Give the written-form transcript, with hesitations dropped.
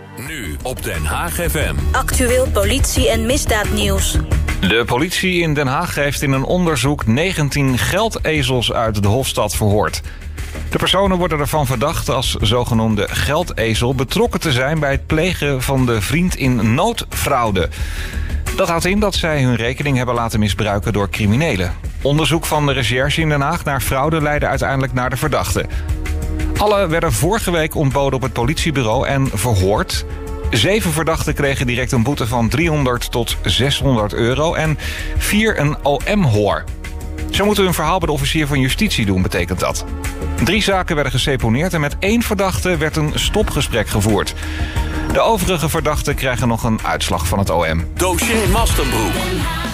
Nu op Den Haag FM. Actueel politie- en misdaadnieuws. De politie in Den Haag heeft in een onderzoek 19 geldezels uit de Hofstad verhoord. De personen worden ervan verdacht als zogenoemde geldezel betrokken te zijn bij het plegen van de vriend in noodfraude. Dat houdt in dat zij hun rekening hebben laten misbruiken door criminelen. Onderzoek van de recherche in Den Haag naar fraude leidde uiteindelijk naar de verdachten. Alle werden vorige week ontboden op het politiebureau en verhoord. 7 verdachten kregen direct een boete van 300 tot 600 euro en 4 een OM-hoor. Ze moeten hun verhaal bij de officier van justitie doen, betekent dat. 3 zaken werden geseponeerd en met 1 verdachte werd een stopgesprek gevoerd. De overige verdachten krijgen nog een uitslag van het OM. Dossier Mastenbroek.